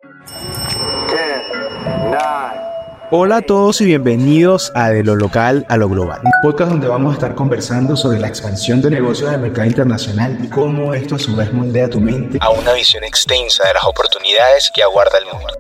Hola a todos y bienvenidos a De lo local a lo global, un podcast donde vamos a estar conversando sobre la expansión de negocios del mercado internacional y cómo esto a su vez moldea tu mente a una visión extensa de las oportunidades que aguarda el mundo.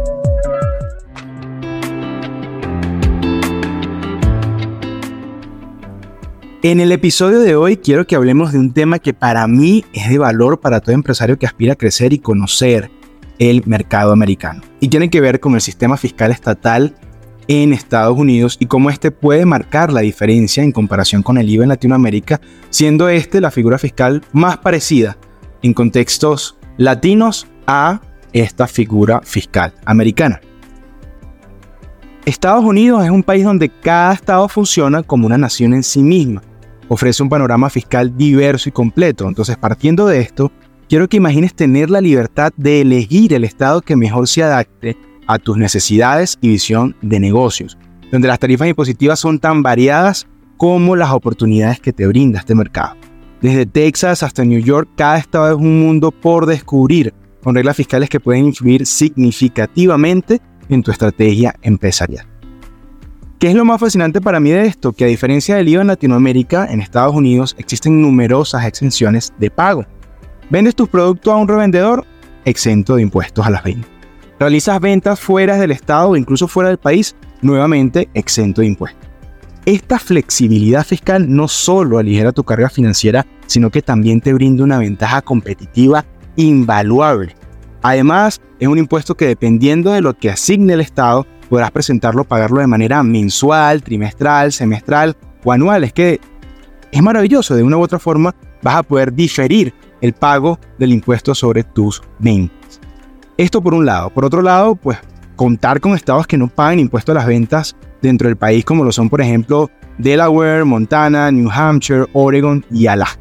En el episodio de hoy quiero que hablemos de un tema que para mí es de valor para todo empresario que aspira a crecer y conocer el mercado americano. Y tiene que ver con el sistema fiscal estatal en Estados Unidos y cómo este puede marcar la diferencia en comparación con el IVA en Latinoamérica, siendo la figura fiscal más parecida en contextos latinos a esta figura fiscal americana. Estados Unidos es un país donde cada estado funciona como una nación en sí misma. Ofrece un panorama fiscal diverso y completo. Entonces, partiendo de esto, quiero que imagines tener la libertad de elegir el estado que mejor se adapte a tus necesidades y visión de negocios, donde las tarifas impositivas son tan variadas como las oportunidades que te brinda este mercado. Desde Texas hasta New York, cada estado es un mundo por descubrir, con reglas fiscales que pueden influir significativamente en tu estrategia empresarial. ¿Qué es lo más fascinante para mí de esto? Que a diferencia del IVA en Latinoamérica, en Estados Unidos existen numerosas exenciones de pago. Vendes tus productos a un revendedor, exento de impuestos a las ventas. Realizas ventas fuera del estado o incluso fuera del país, nuevamente exento de impuestos. Esta flexibilidad fiscal no solo aligera tu carga financiera, sino que también te brinda una ventaja competitiva invaluable. Además, es un impuesto que dependiendo de lo que asigne el estado, podrás presentarlo o pagarlo de manera mensual, trimestral, semestral o anual. Es que es maravilloso, de una u otra forma vas a poder diferir el pago del impuesto sobre tus ventas. Esto por un lado. Por otro lado, pues contar con estados que no pagan impuesto a las ventas dentro del país, como lo son por ejemplo Delaware, Montana, New Hampshire, Oregon y Alaska.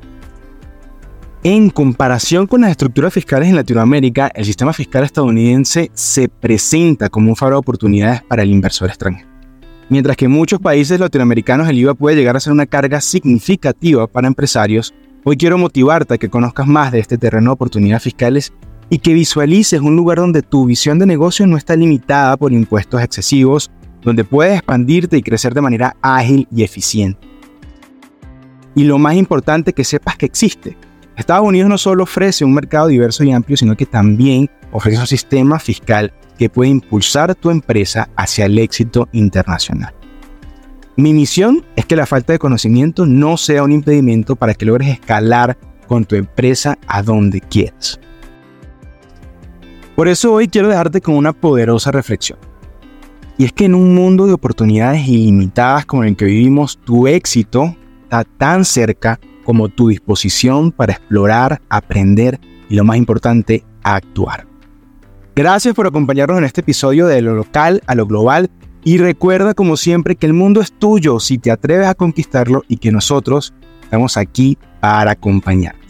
En comparación con las estructuras fiscales en Latinoamérica, el sistema fiscal estadounidense se presenta como un faro de oportunidades para el inversor extranjero. Mientras que en muchos países latinoamericanos el IVA puede llegar a ser una carga significativa para empresarios, hoy quiero motivarte a que conozcas más de este terreno de oportunidades fiscales y que visualices un lugar donde tu visión de negocio no está limitada por impuestos excesivos, donde puedes expandirte y crecer de manera ágil y eficiente. Y lo más importante, que sepas que existe. Estados Unidos no solo ofrece un mercado diverso y amplio, sino que también ofrece un sistema fiscal que puede impulsar tu empresa hacia el éxito internacional. Mi misión es que la falta de conocimiento no sea un impedimento para que logres escalar con tu empresa a donde quieras. Por eso hoy quiero dejarte con una poderosa reflexión. Y es que en un mundo de oportunidades ilimitadas como el que vivimos, tu éxito está tan cerca como tu disposición para explorar, aprender y, lo más importante, actuar. Gracias por acompañarnos en este episodio de lo local a lo global y recuerda, como siempre, que el mundo es tuyo si te atreves a conquistarlo y que nosotros estamos aquí para acompañar.